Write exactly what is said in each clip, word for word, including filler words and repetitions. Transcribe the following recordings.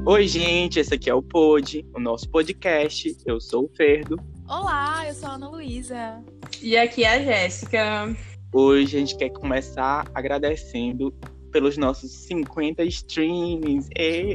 Oi, gente, esse aqui é o Pod, o nosso podcast. Eu sou o Ferdo. Olá, eu sou a Ana Luísa. E aqui é a Jéssica. Hoje a gente quer começar agradecendo pelos nossos cinquenta streams. E...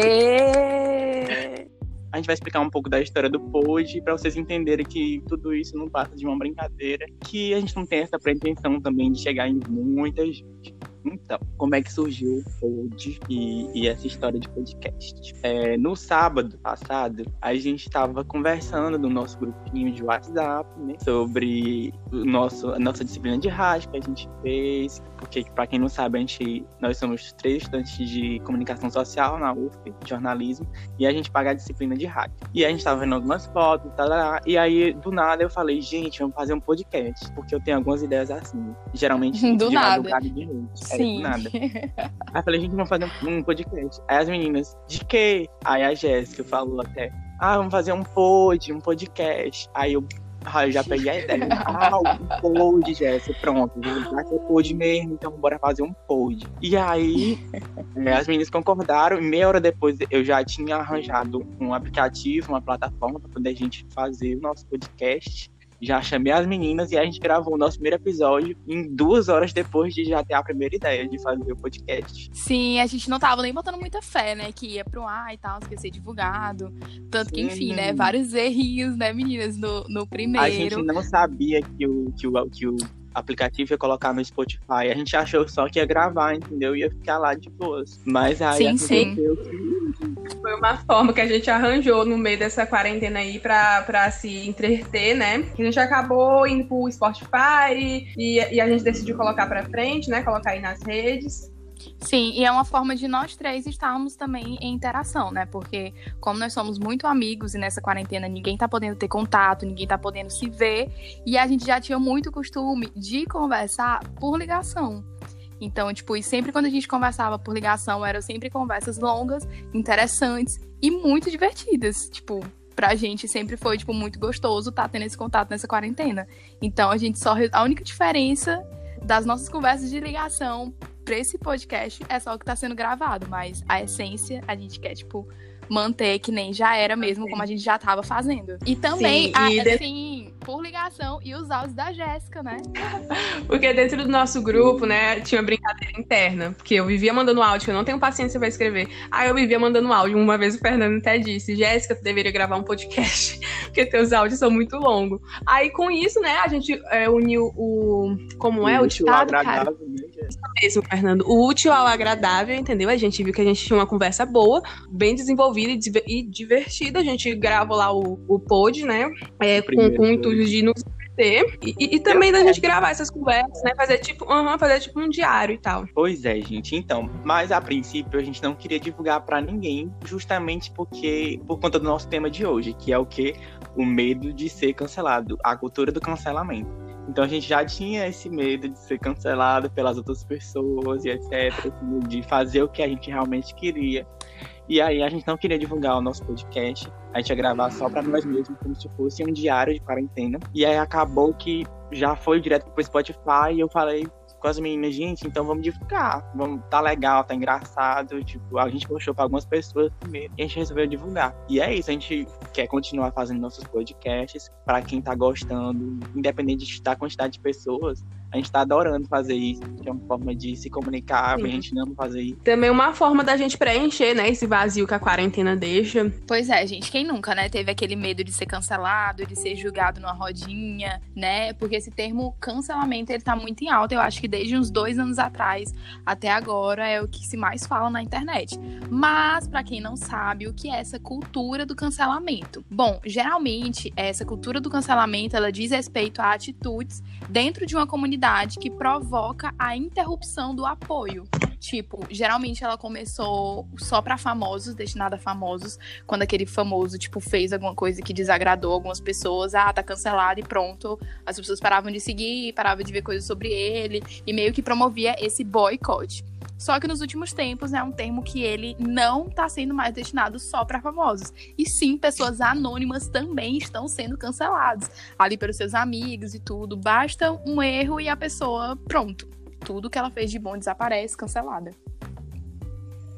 Aê! A gente vai explicar um pouco da história do Pod para vocês entenderem que tudo isso não passa de uma brincadeira, que a gente não tem essa pretensão também de chegar em muita gente. Então, como é que surgiu o Pod e, e essa história de podcast? É, no sábado passado, a gente estava conversando no nosso grupinho de WhatsApp, né, sobre o nosso, a nossa disciplina de rádio que a gente fez, porque, para quem não sabe, a gente, nós somos três estudantes de comunicação social na U F P, jornalismo, e a gente paga a disciplina de rádio. E a gente estava vendo algumas fotos, tá, e aí, do nada, eu falei, gente, vamos fazer um podcast, porque eu tenho algumas ideias assim, geralmente do de nada. madrugada e de noite. Sim. É, do nada. Aí eu falei, gente, vamos fazer um, um podcast. Aí as meninas, de quê? Aí a Jéssica falou até, ah, vamos fazer um pod, um podcast. Aí eu, ah, eu já peguei a ideia. Ah, um pod, Jéssica, pronto. Vai ser pod mesmo, então bora fazer um pod. E aí, é, as meninas concordaram. E meia hora depois eu já tinha arranjado um aplicativo, uma plataforma para poder a gente fazer o nosso podcast. Já chamei as meninas e a gente gravou o nosso primeiro episódio em duas horas depois de já ter a primeira ideia de fazer o podcast. Sim, a gente não tava nem botando muita fé, né? Que ia pro ar e tal, que ia ser divulgado. Tanto que, enfim, né? Vários errinhos, né, meninas, no, no primeiro. A gente não sabia que o, que o, que o aplicativo ia colocar no Spotify. A gente achou só que ia gravar, entendeu? Ia ficar lá de boas. Mas aí sim, sim. que... Foi uma forma que a gente arranjou no meio dessa quarentena aí pra, pra se entreter, né? A gente acabou indo pro Spotify e, e a gente decidiu colocar pra frente, né? Colocar aí nas redes. Sim, e é uma forma de nós três estarmos também em interação, né? Porque como nós somos muito amigos e nessa quarentena ninguém tá podendo ter contato, ninguém tá podendo se ver, e a gente já tinha muito costume de conversar por ligação. Então, tipo, e sempre quando a gente conversava por ligação, eram sempre conversas longas, interessantes e muito divertidas. Tipo, pra gente sempre foi, tipo, muito gostoso estar tendo esse contato nessa quarentena. Então, a gente só... A única diferença das nossas conversas de ligação pra esse podcast é só o que tá sendo gravado. Mas a essência, a gente quer, tipo, manter que nem já era mesmo, como a gente já tava fazendo. E também, Sim, a, e de... assim, por ligação e os áudios da Jéssica, né? Porque dentro do nosso grupo, né, tinha brincadeira interna. Porque eu vivia mandando áudio, que eu não tenho paciência pra escrever. Aí eu vivia mandando áudio. Uma vez o Fernando até disse, Jéssica, tu deveria gravar um podcast, porque teus áudios são muito longos. Aí com isso, né, a gente é, uniu o... Como é? O, o ditado, cara? Isso mesmo, Fernando. O útil ao agradável, entendeu? A gente viu que a gente tinha uma conversa boa, bem desenvolvida e divertida. A gente grava lá o, o pod, né? É, com, com o intuito de nos ter. E, e, e também da gente gravar essas conversas, né? Fazer tipo, uh-huh, fazer tipo um diário e tal. Pois é, gente. Então, mas a princípio a gente não queria divulgar pra ninguém, justamente porque por conta do nosso tema de hoje, que é o quê? O medo de ser cancelado, a cultura do cancelamento. Então a gente já tinha esse medo de ser cancelado pelas outras pessoas e etcétera, de fazer o que a gente realmente queria. E aí a gente não queria divulgar o nosso podcast, a gente ia gravar só pra nós mesmos, como se fosse um diário de quarentena. E aí acabou que já foi direto pro Spotify e eu falei com as meninas, gente, então vamos divulgar, vamos, tá legal, tá engraçado, tipo, a gente mostrou pra algumas pessoas primeiro e a gente resolveu divulgar. E é isso, a gente quer continuar fazendo nossos podcasts pra quem tá gostando, independente da quantidade de pessoas, a gente tá adorando fazer isso, que é uma forma de se comunicar, a gente ama fazer isso. Também uma forma da gente preencher, né, esse vazio que a quarentena deixa. Pois é, gente, quem nunca, né, teve aquele medo de ser cancelado, de ser julgado numa rodinha, né, porque esse termo cancelamento, ele tá muito em alta, eu acho que desde uns dois anos atrás até agora é o que se mais fala na internet. Mas, pra quem não sabe, o que é essa cultura do cancelamento? Bom, geralmente, essa cultura do cancelamento, ela diz respeito a atitudes dentro de uma comunidade que provoca a interrupção do apoio. Tipo, geralmente ela começou só pra famosos, destinada a famosos, quando aquele famoso, tipo, fez alguma coisa que desagradou algumas pessoas, ah, tá cancelado e pronto, as pessoas paravam de seguir, paravam de ver coisas sobre ele, e meio que promovia esse boicote. Só que nos últimos tempos é um termo que ele não tá sendo mais destinado só para famosos. E sim, pessoas anônimas também estão sendo canceladas. Ali pelos seus amigos e tudo. Basta um erro e a pessoa, pronto. Tudo que ela fez de bom desaparece, cancelada.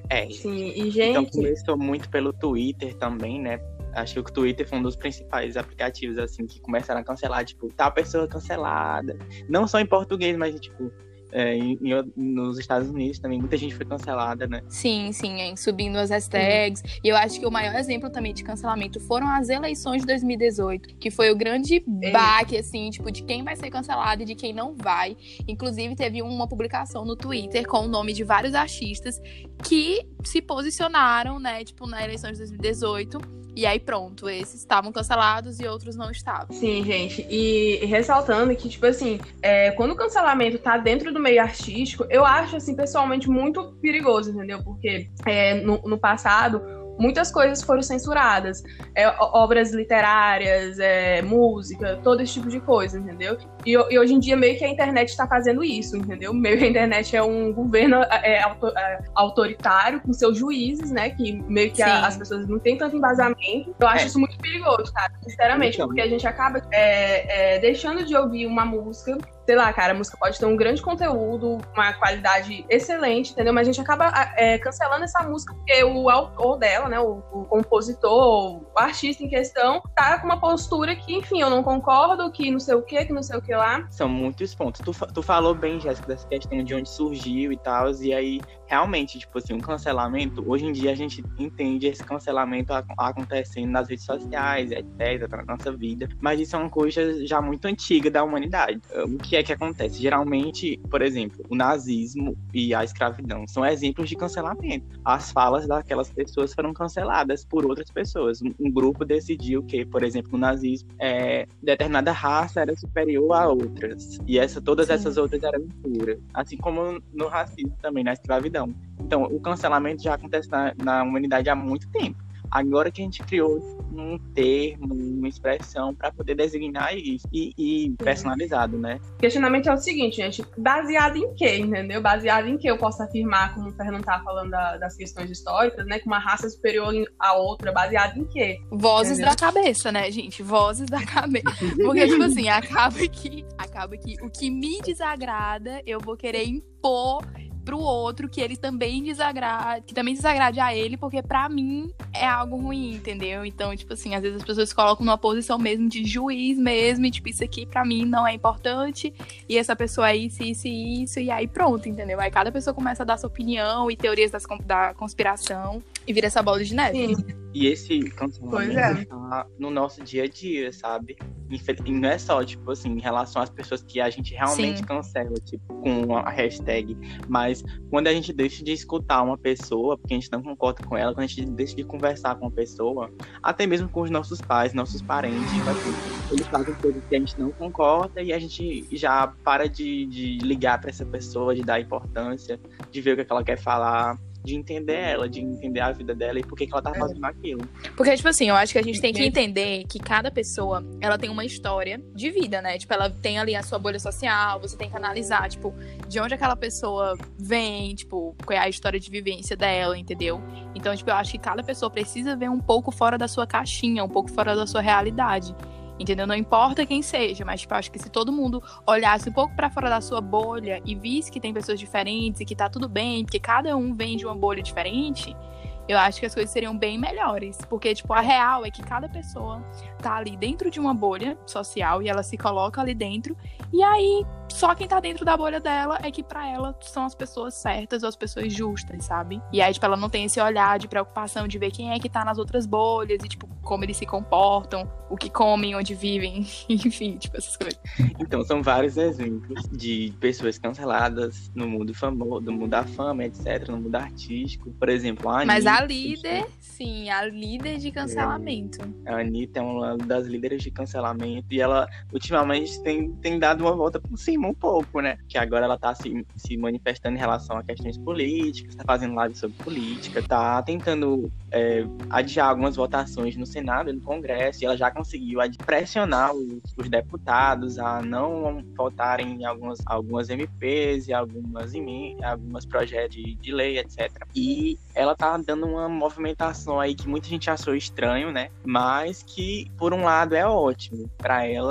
É. Sim, e Então gente, começou muito pelo Twitter também, né? Acho que o Twitter foi um dos principais aplicativos, assim, que começaram a cancelar, tipo, tal pessoa cancelada. Não só em português, mas, tipo, é, em- em- nos Estados Unidos também, muita gente foi cancelada, né? Sim, sim, hein, subindo as hashtags. E eu acho que o maior exemplo também de cancelamento foram as eleições de dois mil e dezoito, que foi o grande baque, assim, tipo, de quem vai ser cancelado e de quem não vai. Inclusive, teve uma publicação no Twitter com o nome de vários artistas que se posicionaram, né, tipo, na eleição de dois mil e dezoito. E aí, pronto, esses estavam cancelados e outros não estavam. sim, gente, e ressaltando que, tipo assim, é, quando o cancelamento tá dentro do meio artístico, eu acho, assim, pessoalmente muito perigoso, entendeu? Porque é, no, no passado, muitas coisas foram censuradas. É, obras literárias, é, música, todo esse tipo de coisa, entendeu? E, e hoje em dia, meio que a internet está fazendo isso, entendeu? Meio que a internet é um governo é, auto, é, autoritário com seus juízes, né? Que meio que a, as pessoas não têm tanto embasamento. Eu acho É. isso muito perigoso, cara, sinceramente, Então. porque a gente acaba é, é, deixando de ouvir uma música. Sei lá, cara, a música pode ter um grande conteúdo, uma qualidade excelente, entendeu? Mas a gente acaba é, cancelando essa música porque o autor dela, né, o, o compositor, o artista em questão, tá com uma postura que, enfim, eu não concordo, que não sei o que, que não sei o que lá. São muitos pontos. Tu, tu falou bem, Jéssica, dessa questão de onde surgiu e tal, e aí, realmente, tipo assim, um cancelamento, hoje em dia a gente entende esse cancelamento acontecendo nas redes sociais, etcétera, na nossa vida, mas isso é uma coisa já muito antiga da humanidade. O que é que acontece? Geralmente, por exemplo, o nazismo e a escravidão são exemplos de cancelamento. As falas daquelas pessoas foram canceladas por outras pessoas. Um, um grupo decidiu que, por exemplo, no nazismo, é, determinada raça era superior a outras. E essa, todas Sim. essas outras eram impuras. Assim como no racismo também, na escravidão. Então, o cancelamento já acontece na, na humanidade há muito tempo. Agora que a gente criou um termo, uma expressão para poder designar isso e, e personalizado, né? O questionamento é o seguinte, gente, baseado em quê, entendeu? Baseado em que eu posso afirmar, como o Fernando tá falando da, das questões históricas, né, que uma raça superior à outra, baseado em quê? Vozes Entendeu? da cabeça, né, gente? Vozes da cabeça. Porque, tipo assim, acaba que, acaba que o que me desagrada, eu vou querer impor pro outro que ele também desagrade, que também desagrade a ele, porque pra mim é algo ruim, entendeu? Então, tipo assim, às vezes as pessoas se colocam numa posição mesmo de juiz mesmo, e tipo, isso aqui pra mim não é importante, e essa pessoa é isso, isso e isso, e aí pronto, entendeu? Aí cada pessoa começa a dar sua opinião e teorias das, da conspiração, e vira essa bola de neve. Sim. E esse Pois cancelamento é. tá no nosso dia a dia, sabe? E não é só, tipo assim, em relação às pessoas que a gente realmente Sim. cancela, tipo, com a hashtag, mas quando a gente deixa de escutar uma pessoa, porque a gente não concorda com ela, quando a gente deixa de conversar com uma pessoa, até mesmo com os nossos pais, nossos parentes, tipo assim, eles fazem coisas que a gente não concorda e a gente já para de, de ligar pra essa pessoa, de dar importância, de ver o que, é que ela quer falar, de entender ela, de entender a vida dela e por que, que ela tá fazendo aquilo. Porque, tipo assim, eu acho que a gente tem que entender que cada pessoa, ela tem uma história de vida, né? Tipo, ela tem ali a sua bolha social, você tem que analisar, tipo, de onde aquela pessoa vem, tipo, qual é a história de vivência dela, entendeu? Então, tipo, eu acho que cada pessoa precisa ver um pouco fora da sua caixinha, um pouco fora da sua realidade. Entendeu? Não importa quem seja, mas tipo, acho que se todo mundo olhasse um pouco pra fora da sua bolha e visse que tem pessoas diferentes e que tá tudo bem, porque cada um vem de uma bolha diferente, eu acho que as coisas seriam bem melhores. Porque, tipo, a real é que cada pessoa tá ali dentro de uma bolha social e ela se coloca ali dentro. E aí, só quem tá dentro da bolha dela é que pra ela são as pessoas certas ou as pessoas justas, sabe? E aí, tipo, ela não tem esse olhar de preocupação de ver quem é que tá nas outras bolhas e, tipo, como eles se comportam, o que comem, onde vivem, enfim, tipo, essas coisas. Então, são vários exemplos de pessoas canceladas no mundo famoso, no mundo da fama, etcétera, no mundo artístico. Por exemplo, a Anitta. Mas a líder, sim, a líder de cancelamento. A Anitta é uma das líderes de cancelamento e ela, ultimamente, tem, tem dado uma volta por cima um pouco, né? Que agora ela tá se, se manifestando em relação a questões políticas, tá fazendo live sobre política, tá tentando é, adiar algumas votações no Senado e no Congresso, e ela já conseguiu pressionar os, os deputados a não votarem em algumas, algumas M Ps e algumas, algumas projetos de, de lei, etcétera. E ela tá dando uma movimentação aí que muita gente achou estranho, né? Mas que, por um lado, é ótimo para ela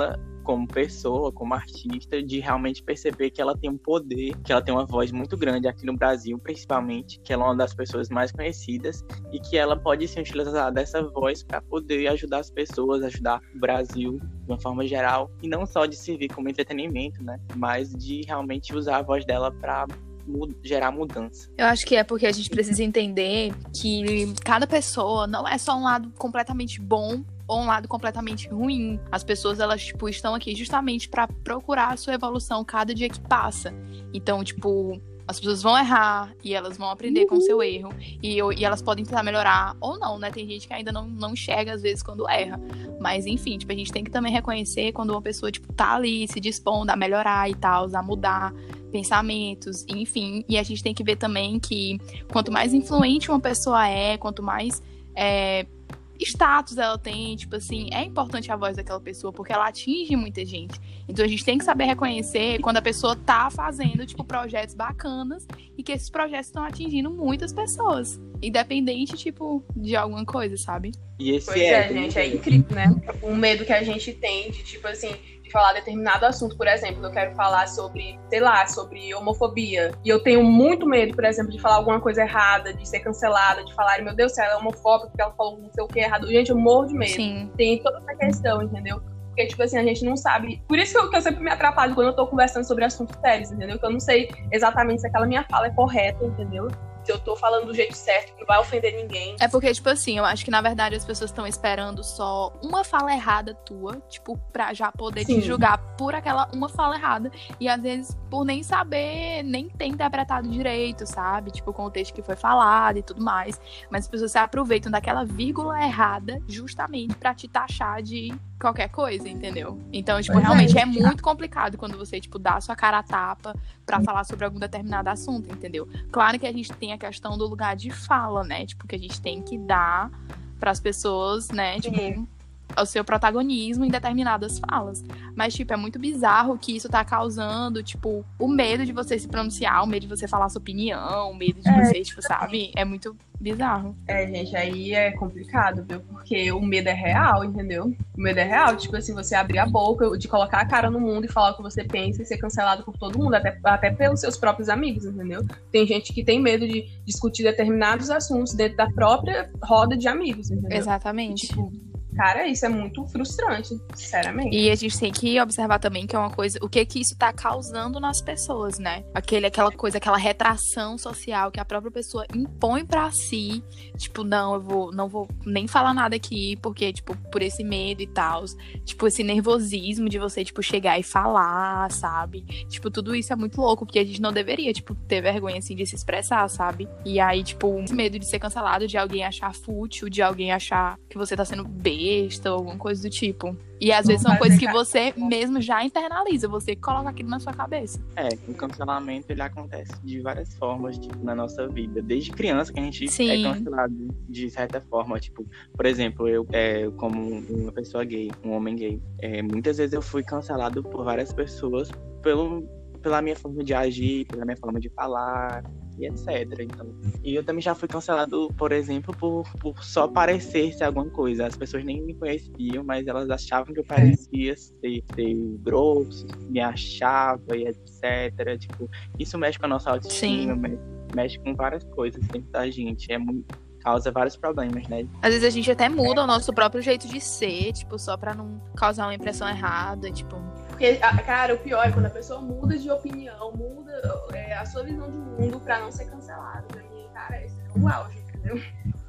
como pessoa, como artista, de realmente perceber que ela tem um poder, que ela tem uma voz muito grande aqui no Brasil, principalmente, que ela é uma das pessoas mais conhecidas e que ela pode se utilizar dessa voz para poder ajudar as pessoas, ajudar o Brasil de uma forma geral, e não só de servir como entretenimento, né, mas de realmente usar a voz dela para gerar mudança. Eu acho que é porque a gente precisa entender que cada pessoa não é só um lado completamente bom ou um lado completamente ruim. As pessoas, elas, tipo, estão aqui justamente para procurar a sua evolução cada dia que passa. Então, tipo, as pessoas vão errar e elas vão aprender com o seu erro e, e elas podem tentar melhorar ou não, né? Tem gente que ainda não, não enxerga às vezes quando erra. Mas, enfim, tipo, a gente tem que também reconhecer quando uma pessoa, tipo, tá ali se dispondo a melhorar e tal, a mudar pensamentos, enfim. E a gente tem que ver também que quanto mais influente uma pessoa é, quanto mais é, status ela tem, tipo assim, é importante a voz daquela pessoa, porque ela atinge muita gente. Então a gente tem que saber reconhecer quando a pessoa tá fazendo, tipo, projetos bacanas e que esses projetos estão atingindo muitas pessoas, independente, tipo, de alguma coisa, sabe? E esse pois é, é, gente, é incrível, né? O medo que a gente tem de, tipo assim, de falar determinado assunto. Por exemplo, eu quero falar sobre, sei lá, sobre homofobia. E eu tenho muito medo, por exemplo, de falar alguma coisa errada, de ser cancelada, de falar, meu Deus do céu, ela é homofóbica porque ela falou não sei o que errado. Gente, eu morro de medo. Sim. Tem toda essa questão, entendeu? Porque, tipo assim, a gente não sabe. Por isso que eu, que eu sempre me atrapalho quando eu tô conversando sobre assuntos sérios, entendeu? Que eu não sei exatamente se aquela minha fala é correta, entendeu? Se eu tô falando do jeito certo, que não vai ofender ninguém. É porque, tipo assim, eu acho que, na verdade, as pessoas estão esperando só uma fala errada tua, tipo, pra já poder Sim. te julgar por aquela uma fala errada. E, às vezes, por nem saber, nem ter interpretado direito, sabe? Tipo, o contexto que foi falado e tudo mais. Mas as pessoas se aproveitam daquela vírgula errada justamente pra te taxar de qualquer coisa, entendeu? Então, tipo, realmente é muito complicado quando você, tipo, dá a sua cara a tapa pra falar sobre algum determinado assunto, entendeu? Claro que a gente tem a questão do lugar de fala, né? Tipo, que a gente tem que dar pras pessoas, né? Tipo, Sim. o seu protagonismo em determinadas falas. Mas, tipo, é muito bizarro que isso tá causando, tipo, o medo de você se pronunciar, o medo de você falar sua opinião, o medo de É, você, tipo, sabe? É muito bizarro. É, gente, aí é complicado, viu? Porque o medo é real, entendeu? O medo é real, tipo assim, você abrir a boca, de colocar a cara no mundo e falar o que você pensa e ser cancelado por todo mundo, até, até pelos seus próprios amigos, entendeu? Tem gente que tem medo de discutir determinados assuntos dentro da própria roda de amigos, entendeu? Exatamente. Tipo, cara, isso é muito frustrante, sinceramente. E a gente tem que observar também que é uma coisa, o que que isso tá causando nas pessoas, né? Aquele, aquela coisa, aquela retração social que a própria pessoa impõe pra si, tipo, não, eu vou, não vou nem falar nada aqui, porque, tipo, por esse medo e tal, tipo, esse nervosismo de você, tipo, chegar e falar, sabe? Tipo, tudo isso é muito louco, porque a gente não deveria, tipo, ter vergonha, assim, de se expressar, sabe? E aí, tipo, esse medo de ser cancelado, de alguém achar fútil, de alguém achar que você tá sendo besta, ou alguma coisa do tipo. E às vezes são coisas que você mesmo já internaliza, você coloca aquilo na sua cabeça. É, o cancelamento, ele acontece de várias formas, tipo, na nossa vida. Desde criança que a gente Sim. é cancelado de certa forma. Tipo, por exemplo, eu, é, como uma pessoa gay, um homem gay, é, muitas vezes eu fui cancelado por várias pessoas pelo, pela minha forma de agir, pela minha forma de falar, e etcétera. Então, e eu também já fui cancelado, por exemplo, por, por só parecer ser alguma coisa. As pessoas nem me conheciam, mas elas achavam que eu parecia ser, ser grosso, me achava e etcétera. Tipo, isso mexe com a nossa autoestima, mexe, mexe com várias coisas dentro da gente. É muito, causa vários problemas, né? Às vezes a gente até muda o nosso próprio jeito de ser, tipo, só pra não causar uma impressão errada, tipo... Porque, cara, o pior é quando a pessoa muda de opinião, muda é, a sua visão de mundo pra não ser cancelada. E, cara, esse é o auge, entendeu?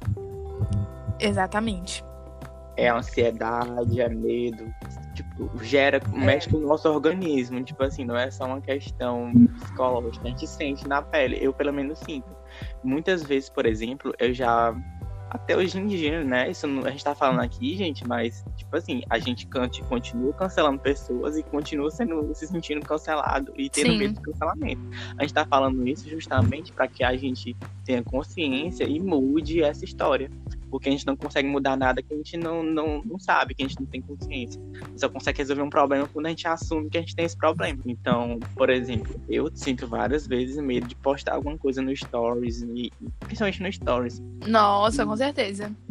Exatamente. É ansiedade, é medo, tipo, gera, mexe com o nosso organismo, tipo assim, não é só uma questão psicológica, a gente sente na pele, eu pelo menos sinto. Muitas vezes, por exemplo, eu já, até hoje em dia, né, isso não, a gente tá falando aqui, gente, mas, tipo assim, a gente cante, continua cancelando pessoas e continua sendo, se sentindo cancelado e tendo Sim. medo de cancelamento. A gente tá falando isso justamente para que a gente tenha consciência e mude essa história. Porque a gente não consegue mudar nada que a gente não, não, não sabe, que a gente não tem consciência. A gente só consegue resolver um problema quando a gente assume que a gente tem esse problema. Então, por exemplo, eu sinto várias vezes medo de postar alguma coisa no Stories, e, principalmente no Stories. Nossa, com certeza.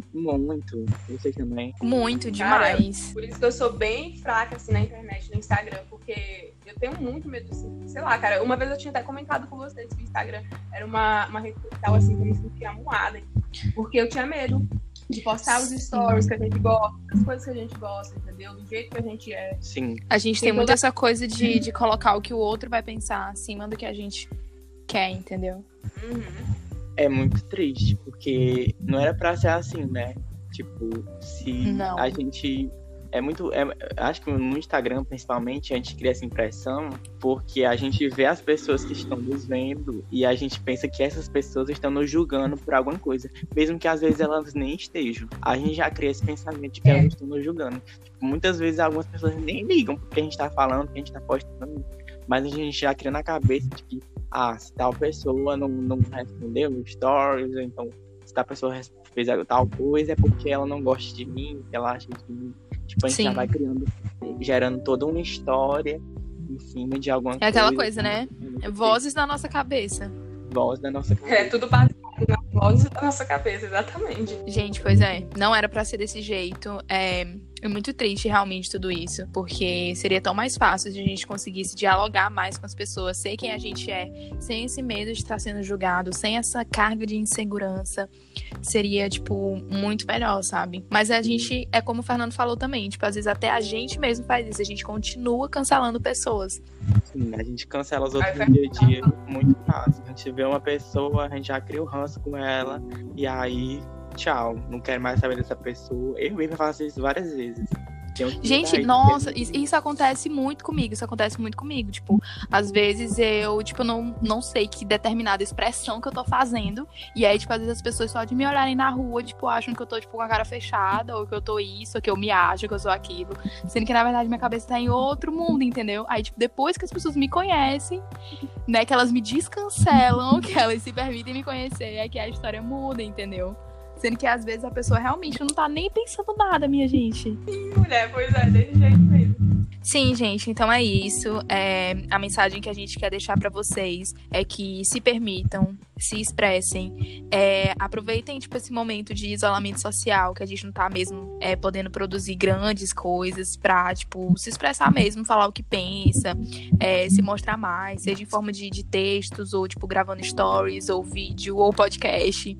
Muito. Você também. Muito, Cara, demais. por isso que eu sou bem fraca, assim, na internet, no Instagram, porque eu tenho muito medo, assim, sei lá, cara, uma vez eu tinha até comentado com vocês que o Instagram era uma, uma rede social, assim, que eu me sentia amuada, porque eu tinha medo de postar os stories que a gente gosta, as coisas que a gente gosta, entendeu? Do jeito que a gente é. Sim. A gente tem Tem muito toda- essa coisa de, de colocar o que o outro vai pensar acima do que a gente quer, entendeu? Uhum. É muito triste, porque não era pra ser assim, né? Tipo, se Não. a gente... É muito... é- acho que no Instagram, principalmente, a gente cria essa impressão porque a gente vê as pessoas que estão nos vendo e a gente pensa que essas pessoas estão nos julgando por alguma coisa, mesmo que às vezes elas nem estejam. A gente já cria esse pensamento de que É. elas estão nos julgando. Tipo, muitas vezes algumas pessoas nem ligam porque a gente tá falando, porque a gente tá postando, mas a gente já cria na cabeça de que, ah, se tal pessoa não, não respondeu no stories, ou então se tal pessoa res- fez tal coisa, é porque ela não gosta de mim, que ela acha de mim. Tipo, a gente Sim. já vai criando, gerando toda uma história em cima de alguma coisa. É aquela coisa, né? É Vozes na nossa cabeça. Voz da nossa cabeça. É tudo baseado na voz da nossa cabeça, exatamente. Gente, pois é. Não era pra ser desse jeito. É, é muito triste realmente tudo isso. Porque seria tão mais fácil se a gente conseguisse dialogar mais com as pessoas, ser quem a gente é, sem esse medo de estar sendo julgado, sem essa carga de insegurança. Seria, tipo, muito melhor, sabe? Mas a gente, é como o Fernando falou também, tipo, às vezes até a gente mesmo faz isso. A gente continua cancelando pessoas. Sim, a gente cancela os outros Aí no dia a dia muito fácil. A gente vê uma pessoa, a gente já cria o ranço com ela, e aí, tchau, não quero mais saber dessa pessoa. Eu mesmo faço isso várias vezes. Tenho que Gente, mudar isso, nossa, porque- isso, isso acontece muito comigo, isso acontece muito comigo, tipo, às vezes eu, tipo, não, não sei que determinada expressão que eu tô fazendo, e aí, tipo, às vezes as pessoas só de me olharem na rua, tipo, acham que eu tô, tipo, com a cara fechada, ou que eu tô isso, ou que eu me acho que eu sou aquilo, sendo que, na verdade, minha cabeça tá em outro mundo, entendeu? Aí, tipo, depois que as pessoas me conhecem, né, que elas me descancelam, que elas se permitem me conhecer, é que a história muda, entendeu? Sendo que, às vezes, a pessoa realmente não tá nem pensando nada, minha gente. Mulher, pois é, desse jeito mesmo. Sim, gente, então é isso. É, a mensagem que a gente quer deixar pra vocês é que se permitam, se expressem, é, aproveitem tipo, esse momento de isolamento social, que a gente não tá mesmo é, podendo produzir grandes coisas pra tipo, se expressar mesmo, falar o que pensa, é, se mostrar mais, seja em forma de, de textos, ou tipo, gravando stories, ou vídeo, ou podcast.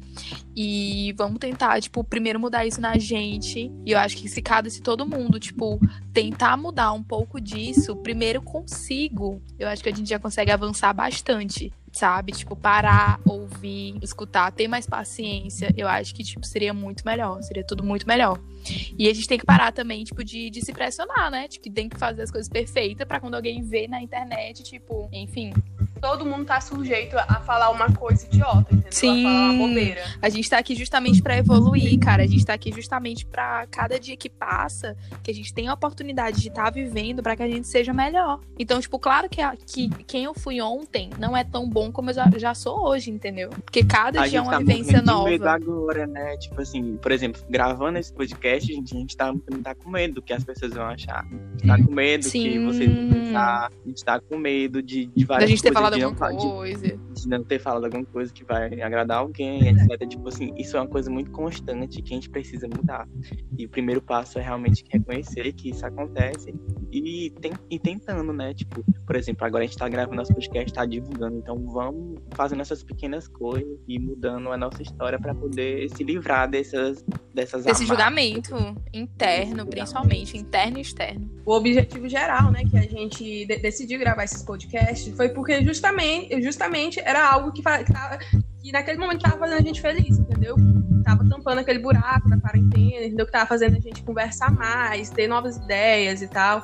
E vamos tentar, tipo, primeiro mudar isso na gente. E eu acho que se cada, se todo mundo, tipo, tentar mudar um pouco disso, primeiro consigo, eu acho que a gente já consegue avançar bastante, sabe? Tipo, parar, ouvir, escutar, ter mais paciência, eu acho que, tipo, seria muito melhor, seria tudo muito melhor. E a gente tem que parar também, tipo, de, de se pressionar, né? Tipo, tem que fazer as coisas perfeitas pra quando alguém vê na internet, tipo, enfim. Todo mundo tá sujeito a falar uma coisa idiota, entendeu? Sim. A falar uma bobeira. A gente tá aqui justamente pra evoluir, cara. A gente tá aqui justamente pra cada dia que passa, que a gente tem a oportunidade de estar tá vivendo pra que a gente seja melhor. Então, tipo, claro que, a, que quem eu fui ontem não é tão bom como eu já, já sou hoje, entendeu? Porque cada A dia é gente uma tá vivência morrendo de medo nova. agora, né? Tipo assim, por exemplo, gravando esse podcast, gente, a gente tá, tá com medo do que as pessoas vão achar. A gente tá com medo Sim. que vocês vão pensar. A gente tá com medo de, de Da várias gente ter coisas. falado de não alguma fa- de- coisa. de não ter falado alguma coisa que vai agradar alguém, etcétera. Tipo assim, isso é uma coisa muito constante que a gente precisa mudar. E o primeiro passo é realmente reconhecer que isso acontece e, tem, e tentando, né? Tipo, por exemplo, agora a gente tá gravando nosso podcast, tá divulgando, então vamos fazendo essas pequenas coisas e mudando a nossa história pra poder se livrar dessas dessas Desse amarras. julgamento interno, principalmente, interno e externo. O objetivo geral, né, que a gente de- decidiu gravar esses podcasts foi porque justamente, justamente era algo que, fa- que, tava- que naquele momento tava fazendo a gente feliz, entendeu? Tava tampando aquele buraco da quarentena, entendeu? Que tava fazendo a gente conversar mais, ter novas ideias e tal.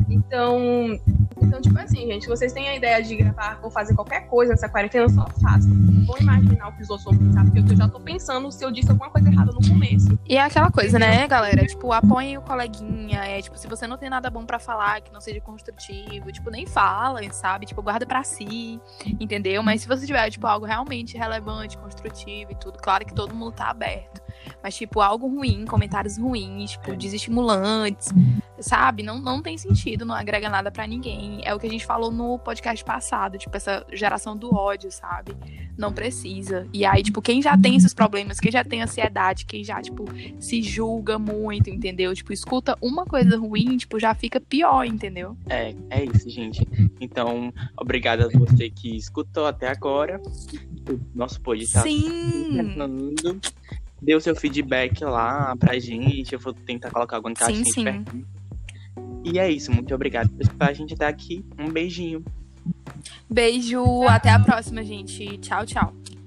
Então, então tipo assim, gente, se vocês têm a ideia de gravar ou fazer qualquer coisa nessa quarentena, só façam. Não vou imaginar o que os outros vão pensar, porque eu já tô pensando se eu disse alguma coisa errada no começo. E é aquela coisa, né, galera? Tipo, apoiem o coleguinha. É, tipo, se você não tem nada bom pra falar, que não seja construtivo, tipo, nem fala, sabe? Tipo, guarda pra si, entendeu? Mas se você tiver, tipo, algo realmente relevante, construtivo e tudo, claro que todo mundo tá aberto. Mas, tipo, algo ruim, comentários ruins, tipo, desestimulantes, sabe? Não, não tem sentido, não agrega nada pra ninguém. É o que a gente falou no podcast passado, tipo, essa geração do ódio, sabe? Não precisa. E aí, tipo, quem já tem esses problemas, quem já tem ansiedade, quem já, tipo, se julga muito, entendeu? Tipo, escuta uma coisa ruim, tipo, já fica pior, entendeu? É, é isso, gente. Então, obrigada a você que escutou até agora. O nosso podcast tá Sim! terminando. Dê o seu feedback lá pra gente. Eu vou tentar colocar alguma caixinha Sim, de sim. perguntas. E é isso. Muito obrigado por escutar a gente até aqui. Um beijinho. Beijo, até a próxima, gente. Tchau, tchau.